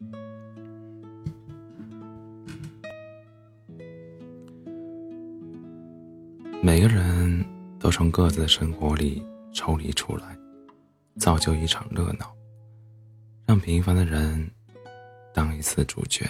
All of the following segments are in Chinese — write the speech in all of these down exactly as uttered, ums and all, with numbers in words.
每个人都从各自的生活里抽离出来，造就一场热闹，让平凡的人当一次主角。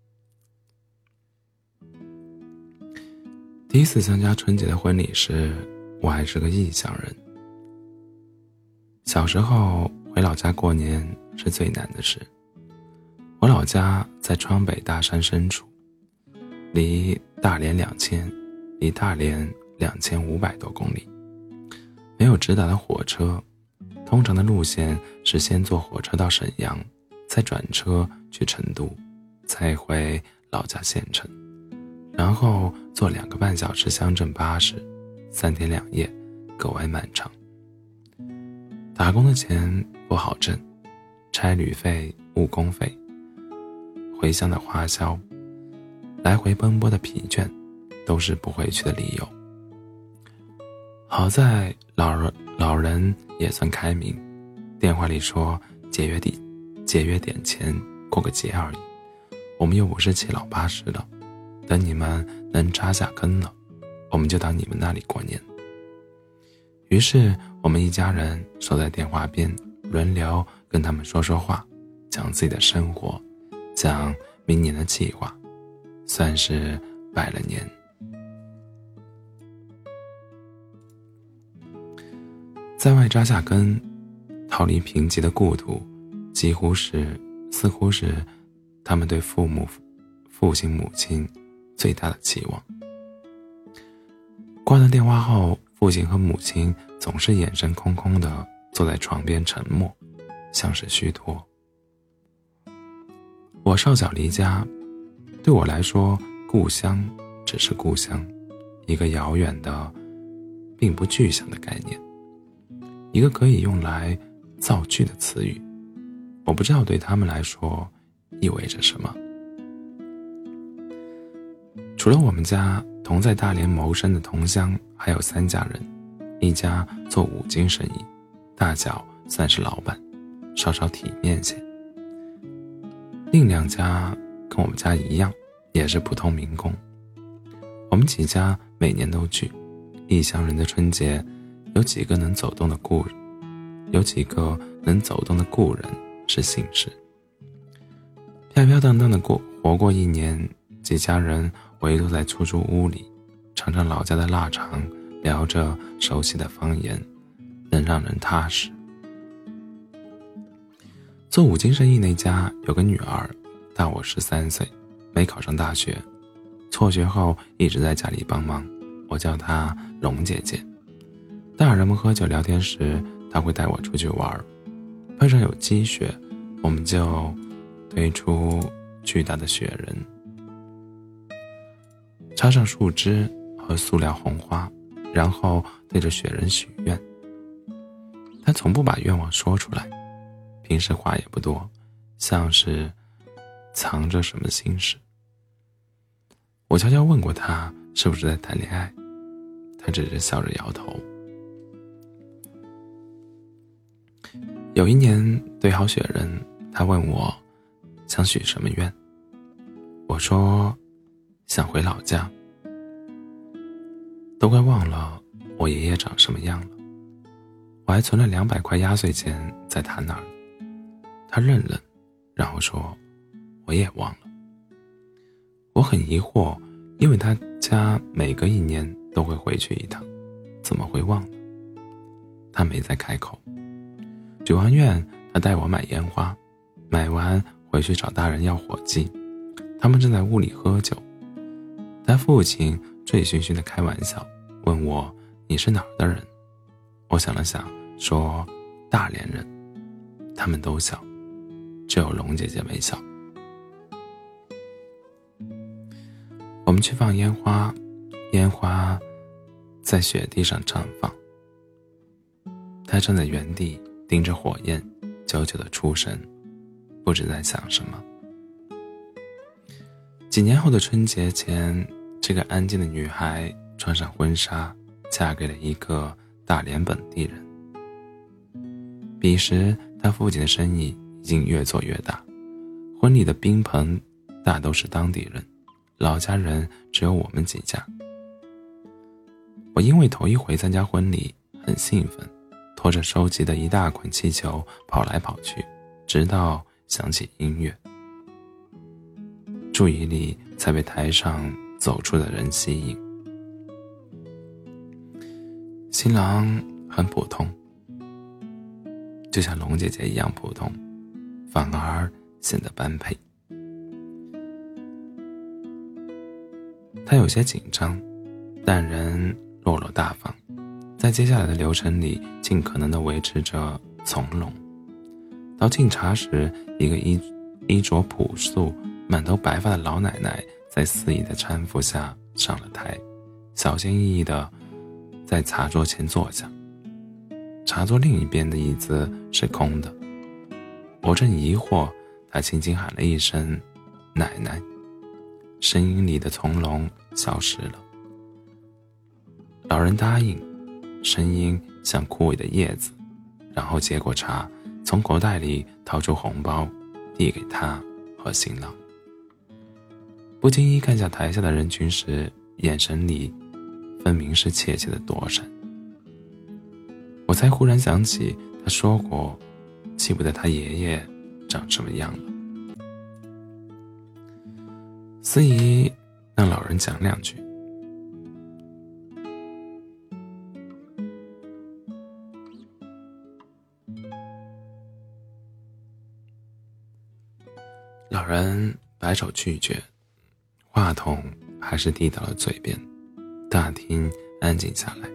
第一次参加春节的婚礼时，我还是个异乡人。小时候回老家过年是最难的事。我老家在川北大山深处，离大连两千，离大连两千五百多公里，没有直达的火车。通常的路线是先坐火车到沈阳，再转车去成都，再回老家县城，然后坐两个半小时乡镇巴士，三天两夜，格外漫长。打工的钱不好挣，差旅费、误工费、回乡的花销，来回奔波的疲倦，都是不回去的理由。好在老人老人也算开明，电话里说节约点节约点钱过个节而已，我们又不是七老八十了，等你们能扎下根了，我们就到你们那里过年。于是我们一家人守在电话边，轮流跟他们说说话，讲自己的生活，讲明年的计划，算是拜了年。在外扎下根，逃离贫瘠的故土，几乎是似乎是他们对父母父亲母亲最大的期望。挂断电话后，父亲和母亲总是眼神空空地坐在床边沉默，像是虚脱。我少小离家，对我来说，故乡只是故乡，一个遥远的并不具象的概念，一个可以用来造句的词语，我不知道对他们来说意味着什么。除了我们家同在大连谋生的同乡，还有三家人，一家做五金生意，大脚算是老板，稍稍体面些。另两家跟我们家一样，也是普通民工。我们几家每年都聚，异乡人的春节，有几个能走动的故人，有几个能走动的故人是幸事。飘飘荡荡的过活过一年，几家人围坐在出租屋里，尝尝老家的腊肠，聊着熟悉的方言，能让人踏实。做五金生意那家有个女儿，大我十三岁，没考上大学，辍学后一直在家里帮忙，我叫她龙姐姐。大人们喝酒聊天时，她会带我出去玩，碰上有积雪，我们就堆出巨大的雪人，插上树枝和塑料红花，然后对着雪人许愿。她从不把愿望说出来，平时话也不多，像是藏着什么心事。我悄悄问过她是不是在谈恋爱，她只是笑着摇头。有一年堆好雪人，她问我想许什么愿，我说想回老家。都快忘了我爷爷长什么样了，我还存了两百块压岁钱在他那儿。他愣愣，然后说我也忘了。我很疑惑，因为他家每隔一年都会回去一趟，怎么会忘呢？他没再开口。许完愿，他带我买烟花，买完回去找大人要火鸡，他们正在屋里喝酒。他父亲醉醺醺地开玩笑，问我你是哪儿的人？我想了想，说大连人。他们都笑，只有龙姐姐没笑。我们去放烟花，烟花在雪地上绽放。他站在原地盯着火焰，久久地出神，不知在想什么。几年后的春节前，这个安静的女孩穿上婚纱，嫁给了一个大连本地人。彼时她父亲的生意已经越做越大， 婚礼的宾朋大都是当地人，老家人只有我们几家。我因为头一回参加婚礼很兴奋，拖着收集的一大捆气球跑来跑去，直到响起音乐，注意力才被台上走出的人吸引。新郎很普通，就像龙姐姐一样普通，反而显得般配。他有些紧张，但人落落大方，在接下来的流程里尽可能地维持着从容。到敬茶时，一个衣衣着朴素满头白发的老奶奶在司仪的搀扶下上了台，小心翼翼地在茶桌前坐下。茶桌另一边的椅子是空的，我正疑惑，她轻轻喊了一声奶奶，声音里的从容消失了。老人答应，声音像枯萎的叶子，然后接过茶，从口袋里掏出红包递给他和新郎。不经意看向台下的人群时，眼神里分明是怯怯的躲闪。我才忽然想起他说过记不得他爷爷长什么样了。司仪让老人讲两句，老人摆手拒绝，话筒还是递到了嘴边，大厅安静下来。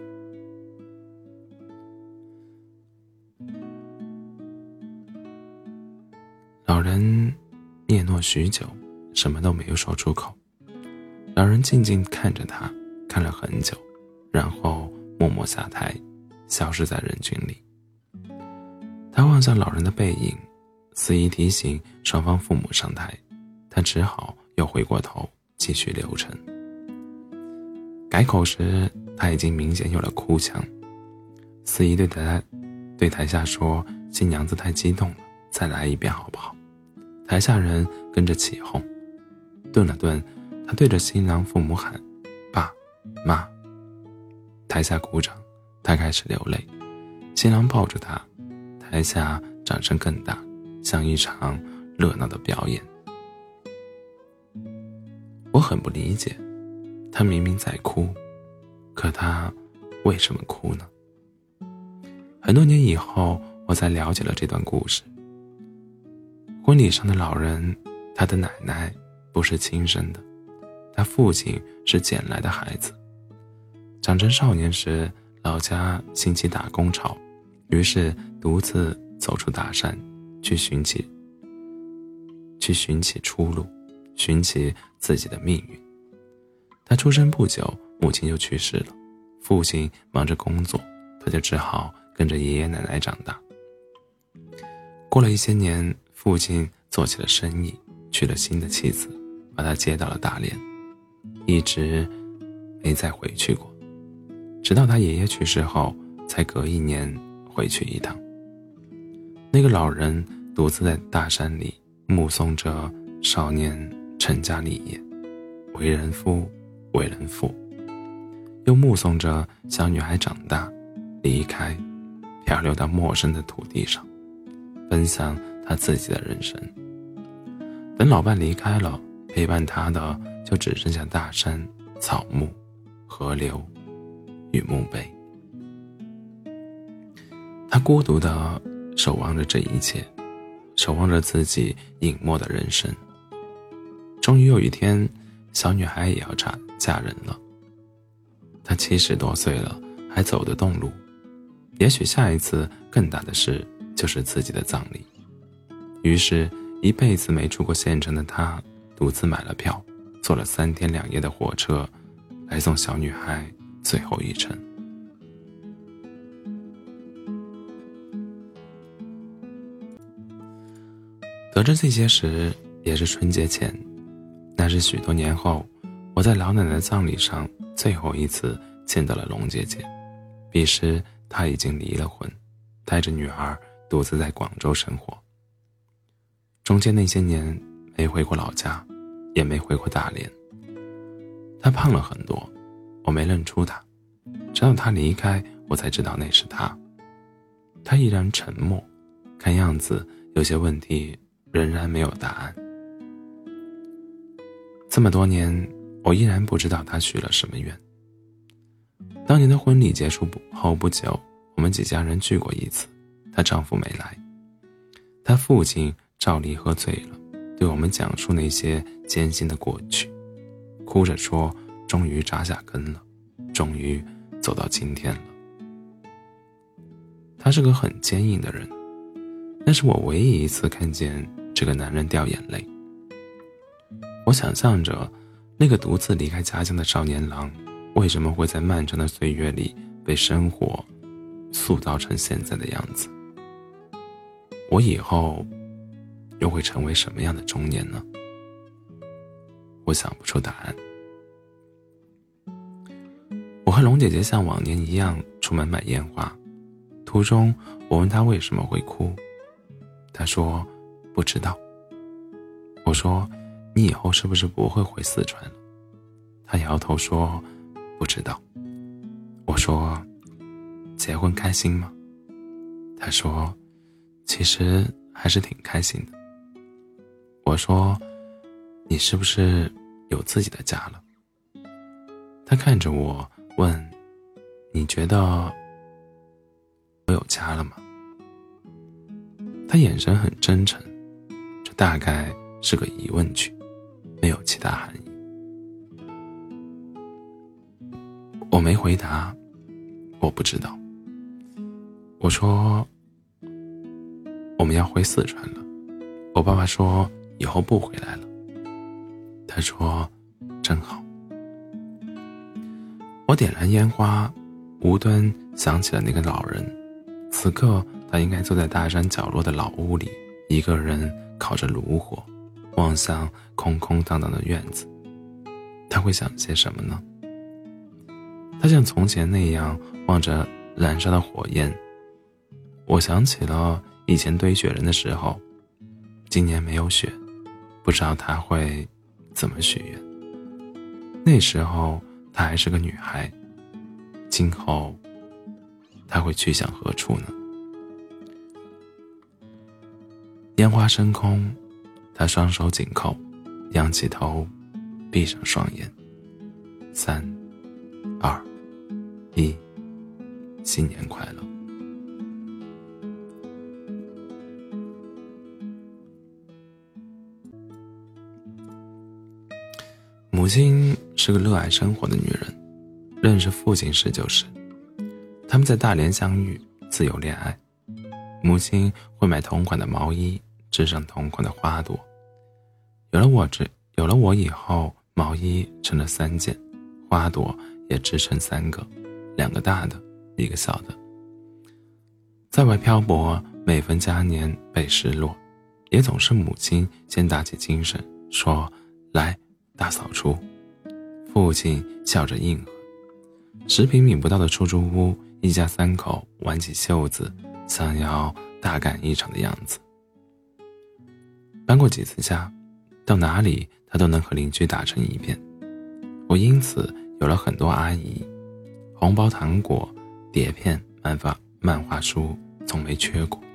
老人嗫嚅许久，什么都没有说出口。老人静静看着他，看了很久，然后默默下台，消失在人群里。他望向老人的背影，司仪提醒双方父母上台，他只好又回过头继续流程。改口时，他已经明显有了哭腔。司仪对台对台下说：“新娘子太激动了，再来一遍好不好？”台下人跟着起哄。顿了顿，他对着新郎父母喊：“爸妈。”台下鼓掌，他开始流泪。新郎抱着他，台下掌声更大，像一场热闹的表演。我很不理解，他明明在哭，可他为什么哭呢？很多年以后，我才了解了这段故事。婚礼上的老人，他的奶奶不是亲生的，他父亲是捡来的孩子。长成少年时，老家兴起打工潮，于是独自走出大山，去寻起去寻起出路，寻起自己的命运。他出生不久，母亲就去世了，父亲忙着工作，他就只好跟着爷爷奶奶长大。过了一些年，父亲做起了生意，娶了新的妻子，把他接到了大连，一直没再回去过。直到他爷爷去世后，才隔一年回去一趟。那个老人独自在大山里目送着少年成家立业，为人夫为人父，又目送着小女孩长大离开，漂流到陌生的土地上，奔向他自己的人生。等老伴离开了，陪伴他的就只剩下大山、草木、河流与墓碑。他孤独地守望着这一切，守望着自己隐没的人生。终于有一天，小女孩也要嫁嫁人了。她七十多岁了，还走得动路。也许下一次更大的事就是自己的葬礼。于是一辈子没出过县城的她独自买了票，坐了三天两夜的火车来送小女孩最后一程。得知这些时，也是春节前，那是许多年后，我在老奶奶的葬礼上最后一次见到了龙姐姐。彼时她已经离了婚，带着女儿独自在广州生活。中间那些年， 没回过老家，也没回过大连。他胖了很多，我没认出他，直到他离开，我才知道那是他。他依然沉默，看样子有些问题仍然没有答案。这么多年，我依然不知道他许了什么愿。当年的婚礼结束后不久，我们几家人聚过一次，她丈夫没来。她父亲照例喝醉了，对我们讲述那些艰辛的过去，哭着说终于扎下根了，终于走到今天了。他是个很坚硬的人，那是我唯一一次看见这个男人掉眼泪。我想象着那个独自离开家乡的少年郎为什么会在漫长的岁月里被生活塑造成现在的样子。我以后又会成为什么样的中年呢？我想不出答案。我和龙姐姐像往年一样出门买烟花，途中我问她为什么会哭，她说不知道。我说你以后是不是不会回四川了？她摇头说不知道。我说结婚开心吗？她说其实还是挺开心的。我说你是不是有自己的家了？她看着我问你觉得我有家了吗？她眼神很真诚，这大概是个疑问句，没有其他含义。我没回答，我不知道。我说我们要回四川了，我爸爸说以后不回来了。他说真好。我点燃烟花，无端想起了那个老人，此刻他应该坐在大山角落的老屋里，一个人烤着炉火，望向空空荡荡的院子。他会想些什么呢？他像从前那样望着燃烧的火焰。我想起了以前堆雪人的时候，今年没有雪，不知道他会怎么许愿。那时候她还是个女孩，今后她会去向何处呢？烟花升空，她双手紧扣，仰起头，闭上双眼。三二一，新年快乐。母亲是个热爱生活的女人，认识父亲时就是，他们在大连相遇，自由恋爱。母亲会买同款的毛衣，织上同款的花朵。有了我这，有了我以后，毛衣成了三件，花朵也织成三个，两个大的，一个小的。在外漂泊，每逢佳年倍失落，也总是母亲先打起精神，说来大扫除。父亲笑着应和。十平米不到的出租屋，一家三口挽起袖子，想要大干一场的样子。搬过几次家，到哪里他都能和邻居打成一片。我因此有了很多阿姨，红包糖果、碟片、漫画漫画书从没缺过。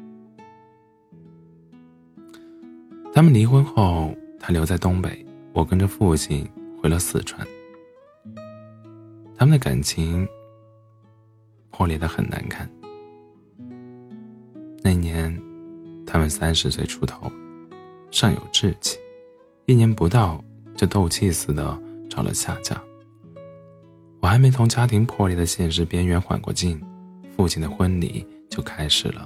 他们离婚后，他留在东北，我跟着父亲回了四川。他们的感情破裂得很难看。那年他们三十岁出头，尚有志气，一年不到就斗气似的找了下家。我还没从家庭破裂的现实边缘缓过劲，父亲的婚礼就开始了。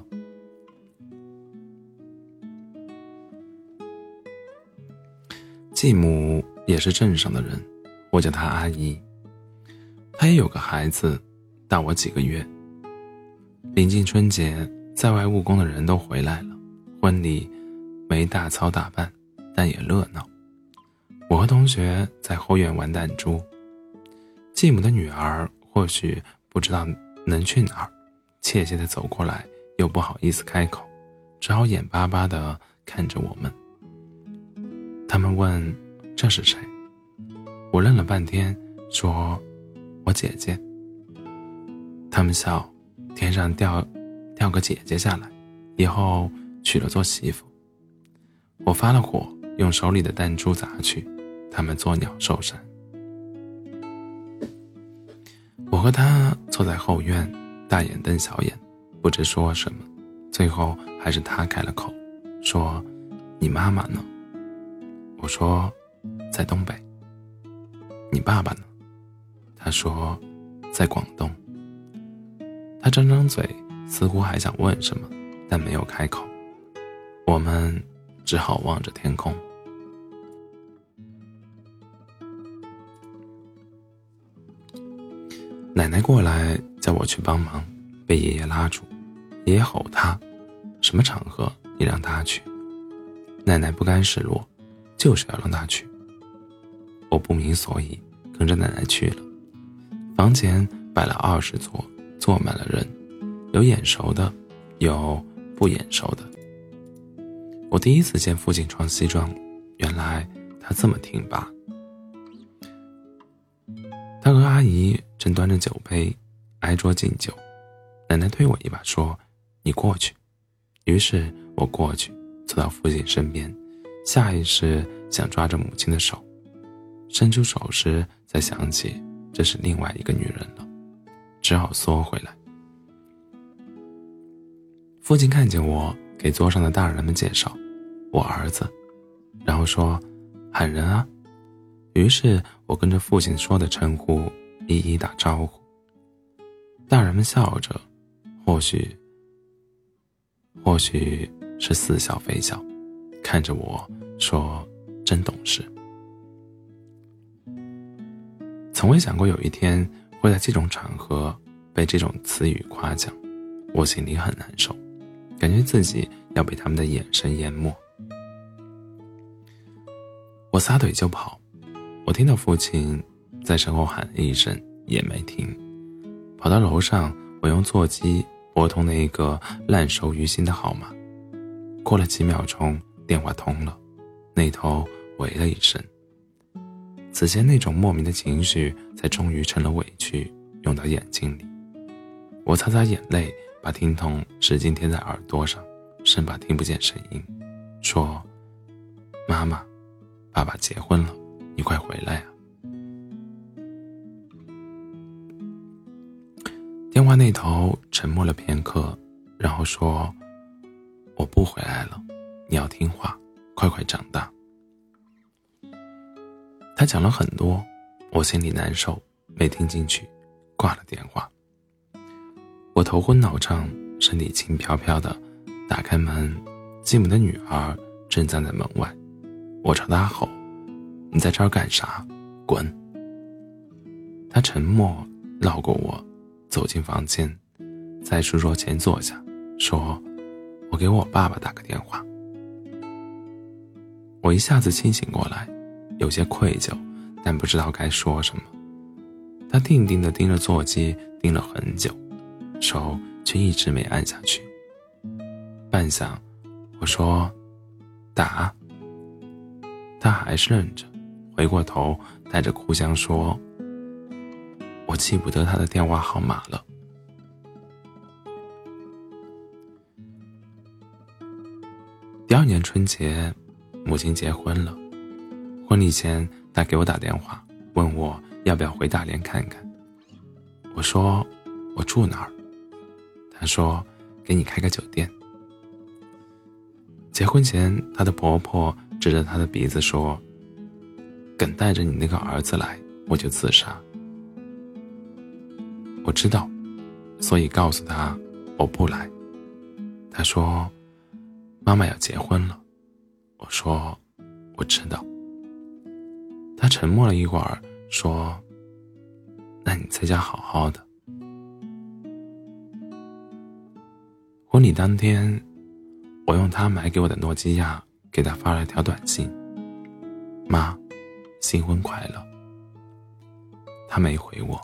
继母也是镇上的人，我叫她阿姨。她也有个孩子，大我几个月。临近春节，在外务工的人都回来了，婚礼没大操大办，但也热闹。我和同学在后院玩弹珠。继母的女儿或许不知道能去哪儿，怯怯地走过来，又不好意思开口，只好眼巴巴地看着我们。 他们问这是谁，我愣了半天说我姐姐。他们笑，天上掉掉个姐姐下来，以后娶了做媳妇。我发了火，用手里的弹珠砸去，他们作鸟兽散。我和他坐在后院，大眼瞪小眼，不知说什么，最后还是他开了口，说你妈妈呢？我说在东北。你爸爸呢？他说在广东。他张张嘴，似乎还想问什么，但没有开口。我们只好望着天空。奶奶过来叫我去帮忙，被爷爷拉住。爷爷吼他，什么场合你让他去？奶奶不甘示弱，就是要让他去。我不明所以，跟着奶奶去了。房前摆了二十桌，坐满了人，有眼熟的，有不眼熟的。我第一次见父亲穿西装，原来他这么挺拔。他和阿姨正端着酒杯挨桌敬酒，奶奶推我一把说你过去。于是我过去，坐到父亲身边，下意识想抓着母亲的手，伸出手时才想起这是另外一个女人了，只好缩回来。父亲看见我，给桌上的大人们介绍我儿子，然后说喊人啊。于是我跟着父亲说的称呼一一打招呼。大人们笑着，或许或许是似笑非笑，看着我说真懂事。从未想过有一天会在这种场合被这种词语夸奖，我心里很难受，感觉自己要被他们的眼神淹没。我撒腿就跑，我听到父亲在身后喊了一声，也没停。跑到楼上，我用座机拨通那个烂熟于心的号码。过了几秒钟，电话通了，那头喂了一声。此前那种莫名的情绪才终于成了委屈，涌到眼睛里。我擦擦眼泪，把听筒使劲贴在耳朵上，生怕听不见声音，说妈妈，爸爸结婚了，你快回来啊。电话那头沉默了片刻，然后说我不回来了，你要听话，快快长大。他讲了很多，我心里难受，没听进去，挂了电话。我头昏脑胀，身体轻飘飘的，打开门，继母的女儿正站在门外。我朝她吼，你在这儿干啥？滚！她沉默，绕过我，走进房间，在书桌前坐下，说我给我爸爸打个电话。我一下子清醒过来，有些愧疚，但不知道该说什么。他定定地盯着座机，盯了很久，手却一直没按下去。半晌，我说打。他还是愣着，回过头带着哭腔说我记不得他的电话号码了。第二年春节，母亲结婚了。婚礼前，他给我打电话，问我要不要回大连看看。我说我住哪儿？他说给你开个酒店。结婚前，她的婆婆指着她的鼻子说，敢带着你那个儿子来，我就自杀。我知道，所以告诉她我不来。她说妈妈要结婚了。我说我知道。她沉默了一会儿，说那你在家好好的。婚礼当天，我用她买给我的诺基亚给她发了条短信，妈，新婚快乐。她没回我。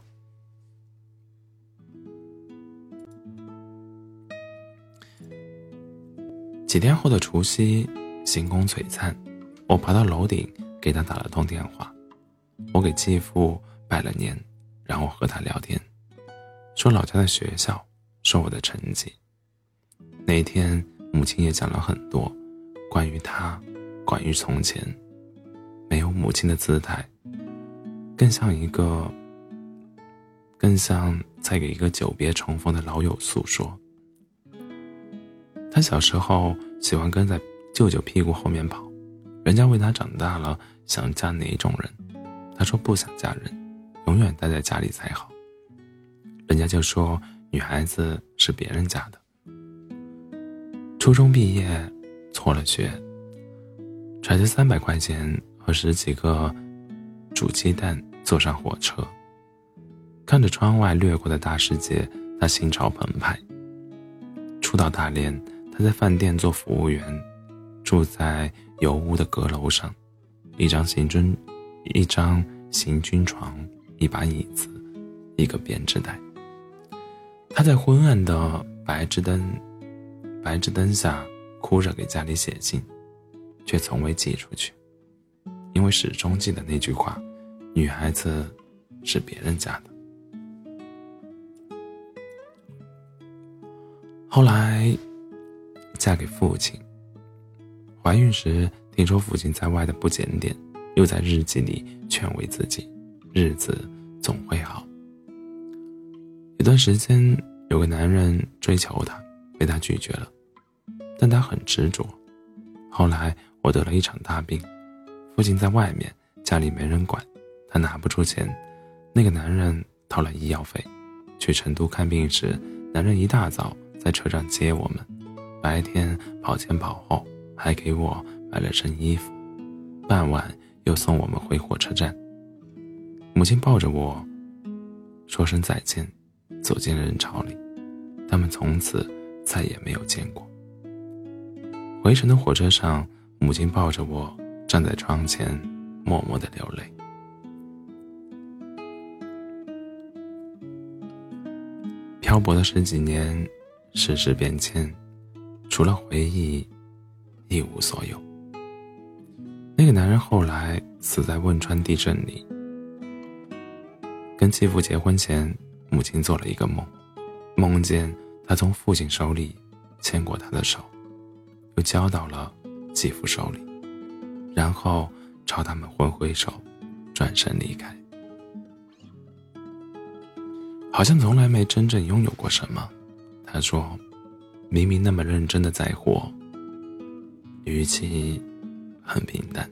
几天后的除夕，星空璀璨， 我爬到楼顶给他打了通电话。我给继父拜了年，然后和他聊天，说老家的学校，说我的成绩。那一天母亲也讲了很多关于他，关于从前。没有母亲的姿态，更像一个更像在给一个久别重逢的老友诉说。他小时候喜欢跟在舅舅屁股后面跑，人家问他长大了想嫁哪种人，他说不想嫁人，永远待在家里才好。人家就说女孩子是别人家的。初中毕业辍了学，揣着三百块钱和十几个煮鸡蛋坐上火车，看着窗外掠过的大世界，他心潮澎湃。初到大连，他在饭店做服务员，住在油污的阁楼上，一张行军一张行军床，一把椅子，一个编织袋。他在昏暗的白炽灯白炽灯下哭着给家里写信，却从未寄出去，因为始终记得那句话，女孩子是别人家的。后来嫁给父亲，怀孕时听说父亲在外的不检点，又在日记里劝慰自己，日子总会好。有段时间有个男人追求她，被她拒绝了，但她很执着。后来我得了一场大病，父亲在外面，家里没人管，他拿不出钱，那个男人掏了医药费。去成都看病时，男人一大早在车站接我们，白天跑前跑后，还给我买了身衣服，傍晚又送我们回火车站。母亲抱着我说声再见，走进人潮里，他们从此再也没有见过。回程的火车上，母亲抱着我站在窗前，默默地流泪。漂泊的十几年，世事变迁，除了回忆，一无所有。那个男人后来死在汶川地震里。跟继父结婚前，母亲做了一个梦，梦见他从父亲手里牵过他的手，又交到了继父手里，然后朝他们挥挥手，转身离开。好像从来没真正拥有过什么。他说，明明那么认真的在活，语气很平淡。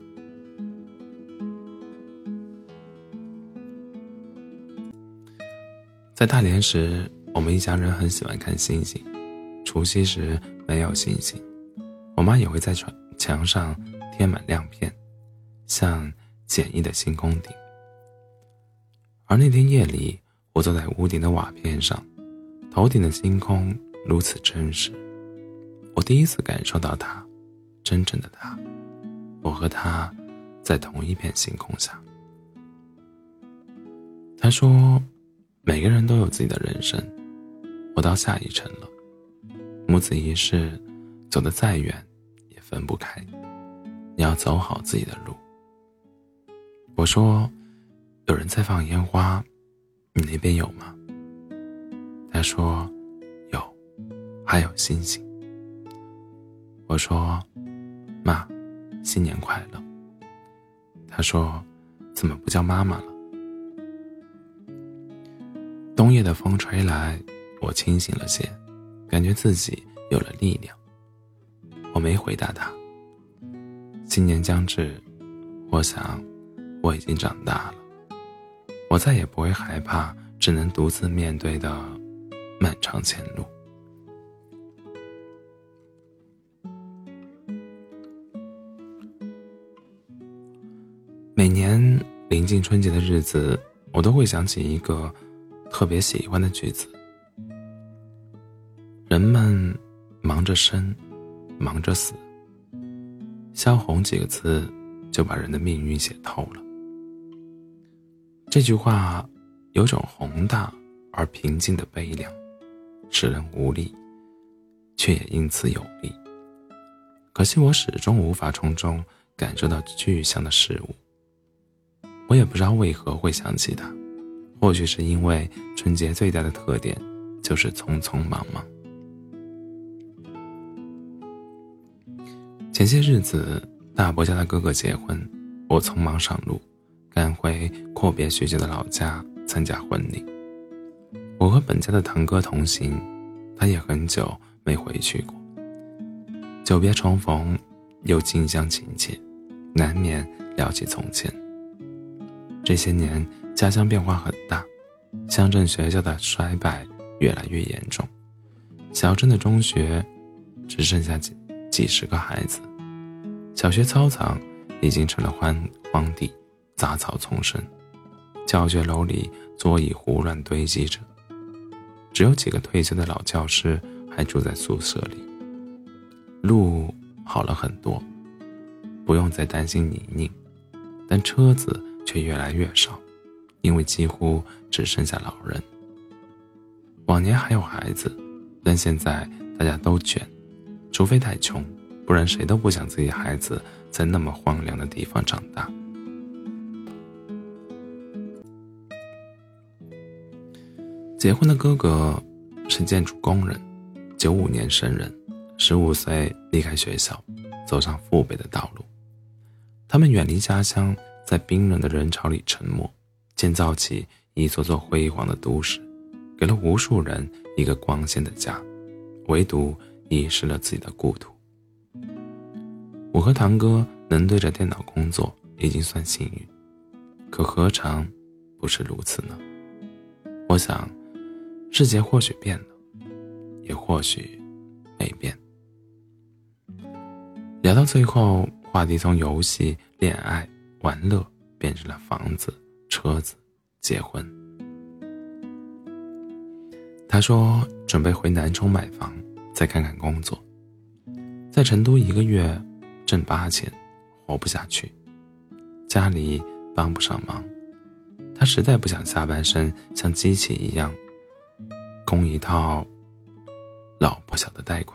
在大连时，我们一家人很喜欢看星星。除夕时没有星星，我妈也会在墙上贴满亮片，像简易的星空顶。而那天夜里，我坐在屋顶的瓦片上，头顶的星空如此真实，我第一次感受到它，真正的它，我和它在同一片星空下。他说，每个人都有自己的人生，我到下一程了，母子一世，走得再远也分不开，你要走好自己的路。我说，有人在放烟花，你那边有吗？他说，有，还有星星。我说，妈，新年快乐。他说，怎么不叫妈妈了？冬夜的风吹来，我清醒了些，感觉自己有了力量。我没回答他。新年将至，我想我已经长大了，我再也不会害怕只能独自面对的漫长前路。每年临近春节的日子，我都会想起一个特别喜欢的句子：人们忙着生，忙着死，萧红几个字就把人的命运写透了。这句话有种宏大而平静的悲凉，使人无力，却也因此有力。可惜我始终无法从中感受到具象的事物。我也不知道为何会想起他，或许是因为春节最大的特点就是匆匆忙忙。前些日子大伯家的哥哥结婚，我匆忙上路，赶回阔别许久的老家参加婚礼。我和本家的堂哥同行，他也很久没回去过。久别重逢，又近乡情怯，难免聊起从前。这些年家乡变化很大，乡镇学校的衰败越来越严重，小镇的中学只剩下几几十个孩子，小学操场已经成了荒荒地，杂草丛生，教学楼里桌椅胡乱堆积着，只有几个退休的老教师还住在宿舍里。路好了很多，不用再担心泥泞，但车子却越来越少，因为几乎只剩下老人。往年还有孩子，但现在大家都卷，除非太穷，不然谁都不想自己孩子在那么荒凉的地方长大。结婚的哥哥是建筑工人，九五年生人，十五岁离开学校，走上父辈的道路。他们远离家乡，在冰冷的人潮里沉没，建造起一座座辉煌的都市，给了无数人一个光鲜的家，唯独遗失了自己的故土。我和堂哥能对着电脑工作已经算幸运，可何尝不是如此呢？我想世界或许变了，也或许没变。聊到最后，话题从游戏、恋爱、玩乐变成了房子、车子、结婚。他说准备回南充买房，再看看工作。在成都一个月挣八千，活不下去，家里帮不上忙，他实在不想下半生像机器一样供一套老婆小的贷款。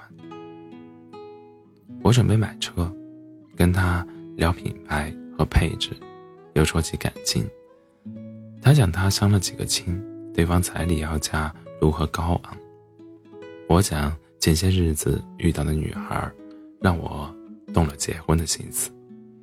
我准备买车，跟他聊品牌和配置，又说起感情。他讲他相了几个亲，对方彩礼要价如何高昂。我讲前些日子遇到的女孩，让我动了结婚的心思。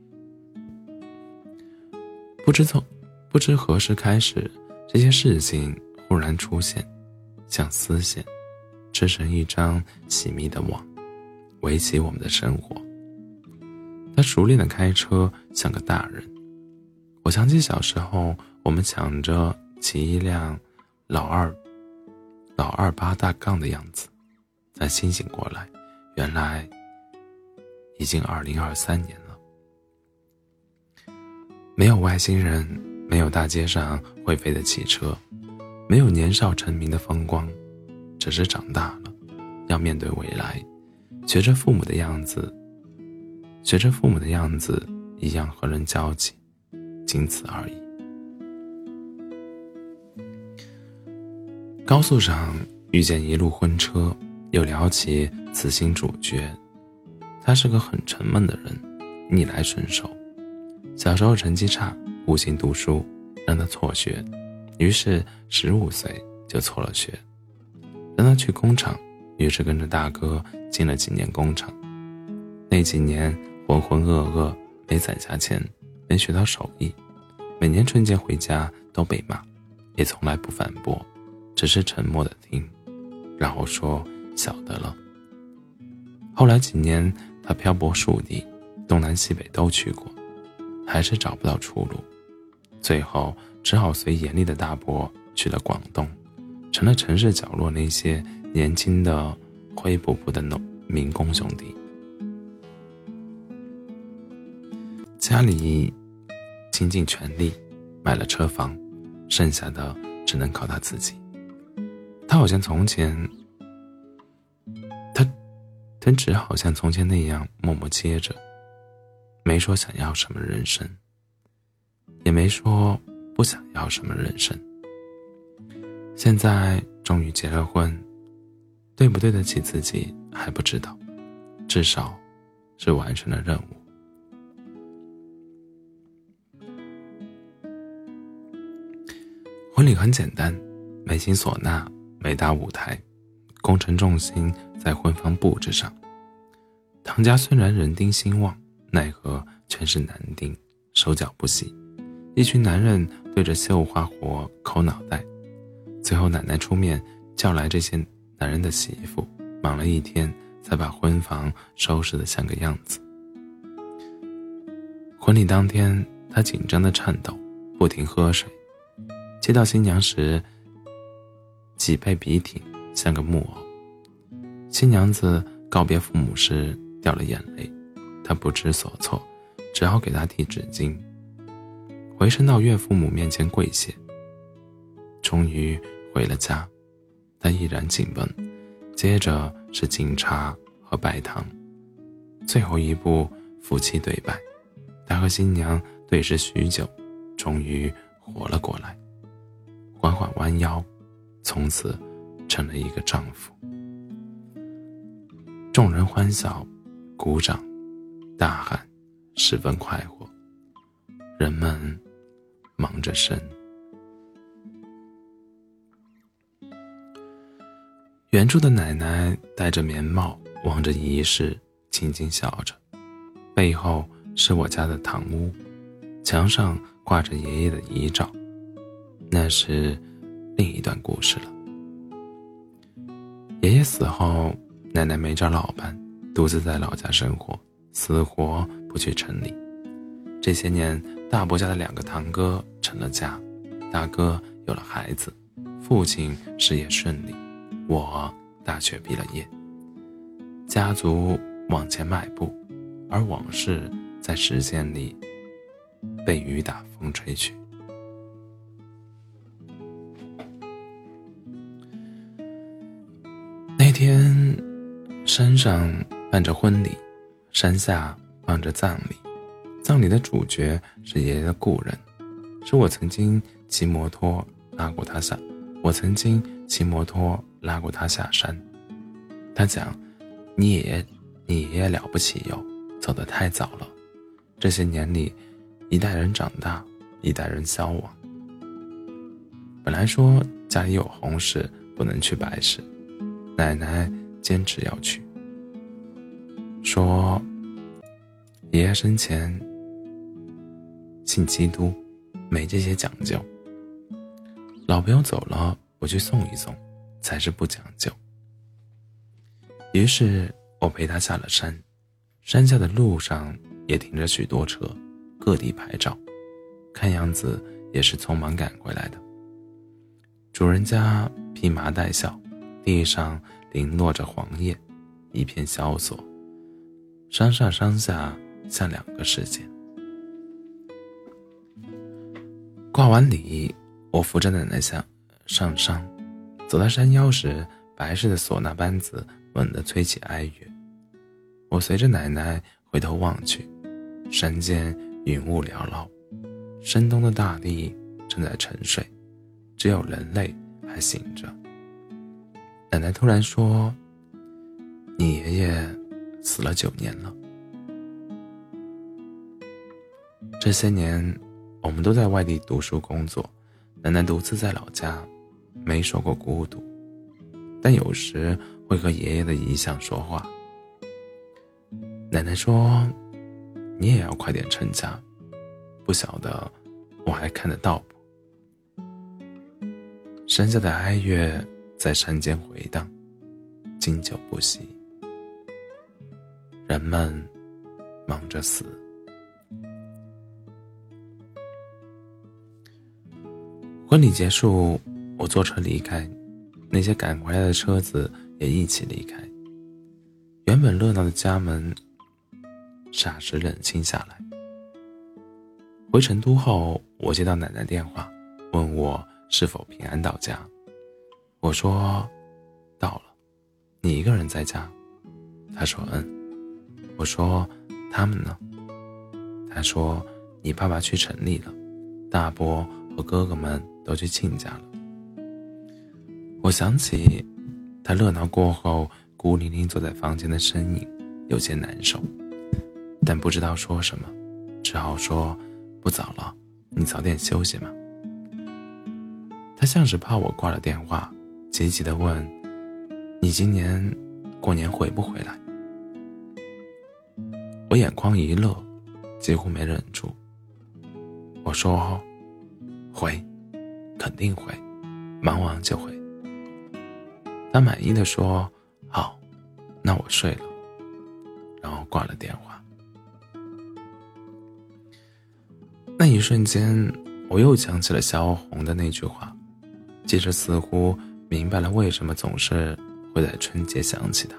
不知从不知何时开始，这些事情忽然出现，像丝线织成一张细密的网，围起我们的生活。他熟练地开车，像个大人。我想起小时候，我们抢着骑一辆老二老二八大杠的样子，才清醒过来，原来已经二零二三年了。没有外星人，没有大街上会飞的汽车，没有年少成名的风光，只是长大了，要面对未来，学着父母的样子，学着父母的样子一样和人交际，仅此而已。高速上遇见一路婚车，又聊起此行主角。他是个很沉闷的人，逆来顺受。小时候成绩差，不行读书，让他辍学，于是十五岁就辍了学。让他去工厂，于是跟着大哥进了几年工厂。那几年浑浑噩噩，没攒下钱，没学到手艺，每年春节回家都被骂，也从来不反驳，只是沉默地听，然后说晓得了。后来几年他漂泊数地，东南西北都去过，还是找不到出路，最后只好随严厉的大伯去了广东，成了城市角落那些年轻的灰扑扑的农民工兄弟。家里倾尽全力买了车房，剩下的只能靠他自己。他好像从前他他只好像从前那样默默接着，没说想要什么人生，也没说不想要什么人生。现在终于结了婚，对不对得起自己还不知道，至少是完成了任务。 婚礼很简单，美心唢呐，美搭舞台，工程重心在婚房布置上。唐家虽然人丁兴旺，奈何全是男丁，手脚不细，一群男人对着绣花活抠脑袋。最后奶奶出面叫来这些男人的媳妇，忙了一天才把婚房收拾得像个样子。婚礼当天，她紧张地颤抖，不停喝水。接到新娘时，脊背笔挺，像个木偶。新娘子告别父母时掉了眼泪，她不知所措，只好给她递纸巾。回身到岳父母面前跪谢。终于回了家，她依然紧绷，接着是敬茶和拜堂，最后一步夫妻对拜。她和新娘对视许久，终于活了过来，缓缓弯腰，从此成了一个丈夫。众人欢笑，鼓掌，大喊，十分快活。人们忙着生。远处的奶奶戴着棉帽，望着仪式，轻轻笑着。背后是我家的堂屋，墙上挂着爷爷的遗照，那是另一段故事了。爷爷死后，奶奶没找老伴，独自在老家生活，死活不去城里。这些年，大伯家的两个堂哥成了家，大哥有了孩子，父亲事业顺利，我大学毕了业，家族往前迈步，而往事在时间里被雨打风吹去。那天山上办着婚礼，山下办着葬礼。葬礼的主角是爷爷的故人，是我曾经骑摩托拉过他下，我曾经骑摩托拉过他下山。他讲，你爷爷，你爷爷了不起哟，走得太早了。这些年里，一代人长大，一代人消亡。本来说家里有红事不能去白事，奶奶坚持要去，说爷爷生前信基督，没这些讲究。老朋友走了，我去送一送，才是不讲究。于是我陪他下了山，山下的路上也停着许多车，各地拍照，看样子也是匆忙赶回来的。主人家披麻戴孝，地上零落着黄叶，一片萧索，山上山下像两个世界。挂完礼，我扶着奶奶下上山，走到山腰时，白色的唢呐班子猛地吹起哀乐。我随着奶奶回头望去，山间云雾缭绕，深冬的大地正在沉睡，只有人类还醒着。奶奶突然说，你爷爷死了九年了。这些年我们都在外地读书工作，奶奶独自在老家，没说过孤独，但有时会和爷爷的遗像说话。奶奶说，你也要快点成家，不晓得我还看得到不。山下的哀乐在山间回荡，经久不息。人们忙着死。婚礼结束，我坐车离开，那些赶回来的车子也一起离开。原本热闹的家门霎时冷清下来。回成都后，我接到奶奶电话，问我是否平安到家。我说到了。你一个人在家？她说嗯。我说他们呢？她说你爸爸去城里了，大伯和哥哥们都去亲家了。我想起他热闹过后孤零零坐在房间的身影，有些难受，但不知道说什么，只好说不早了，你早点休息嘛。 他像是怕我挂了电话，急急地问：你今年过年回不回来？我眼眶一乐，几乎没忍住。我说：回，肯定回，忙完就回。他满意的说：好，那我睡了，然后挂了电话。那一瞬间，我又想起了萧红的那句话，接着似乎明白了为什么总是会在春节想起他。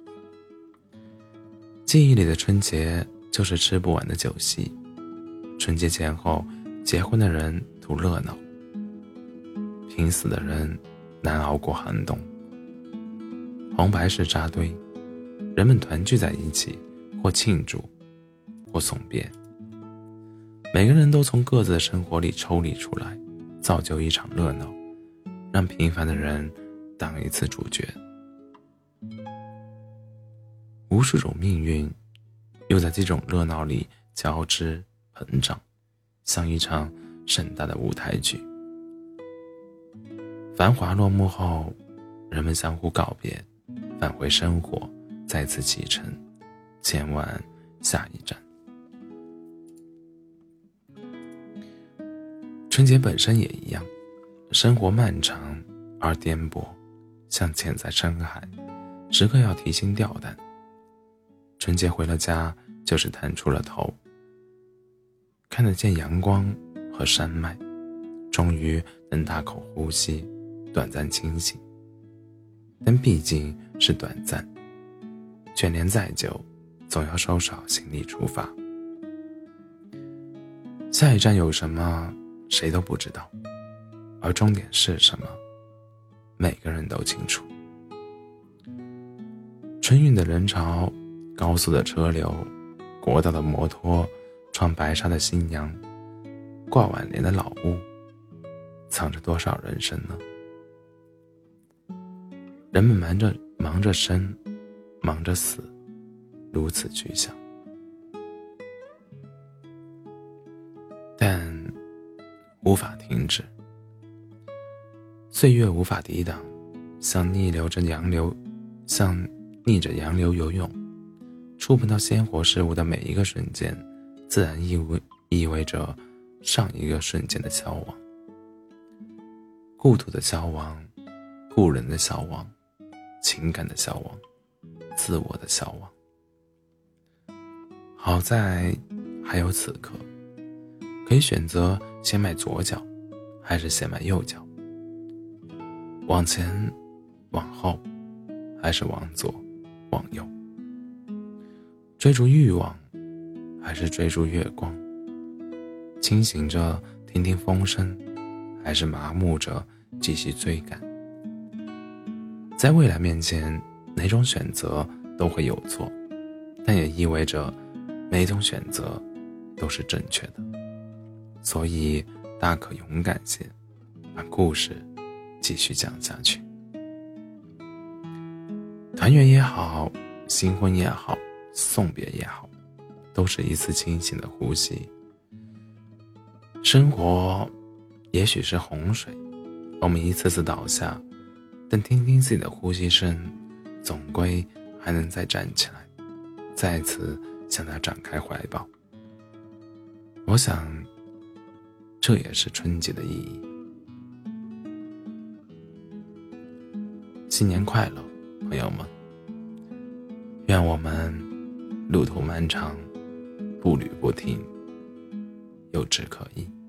记忆里的春节就是吃不完的酒席，春节前后，结婚的人图热闹，拼死的人难熬过寒冬。红白事扎堆，人们团聚在一起，或庆祝，或送别。每个人都从各自的生活里抽离出来，造就一场热闹，让平凡的人当一次主角。无数种命运又在这种热闹里交织膨胀，像一场盛大的舞台剧。繁华落幕后，人们相互告别，返回生活，再次启程，前往下一站。春节本身也一样，生活漫长而颠簸，像潜在深海，时刻要提心吊胆。春节回了家，就是探出了头，看得见阳光和山脉，终于能大口呼吸，短暂清醒。但毕竟是短暂，眷恋再久，总要收拾好行李出发。下一站有什么，谁都不知道，而终点是什么，每个人都清楚。春运的人潮，高速的车流，国道的摩托，穿白纱的新娘，挂挽联的老屋，藏着多少人生呢？人们忙着忙着生，忙着死，如此具象。但无法停止，岁月无法抵挡，像逆流着洋流，像逆着洋流游泳，触碰到鲜活事物的每一个瞬间，自然意味意味着上一个瞬间的消亡。故土的消亡，故人的消亡，情感的消亡，自我的消亡。好在还有此刻，可以选择先迈左脚还是先迈右脚，往前往后还是往左往右，追逐欲望还是追逐月光，清醒着听听风声还是麻木着继续追赶。在未来面前，哪种选择都会有错，但也意味着每种选择都是正确的，所以大可勇敢些，把故事继续讲下去。团圆也好，新婚也好，送别也好，都是一次清醒的呼吸。生活也许是洪水，我们一次次倒下，但听听自己的呼吸声，总归还能再站起来，再次向他展开怀抱。我想这也是春节的意义。新年快乐，朋友们，愿我们路途漫长，步履不停，有志可依。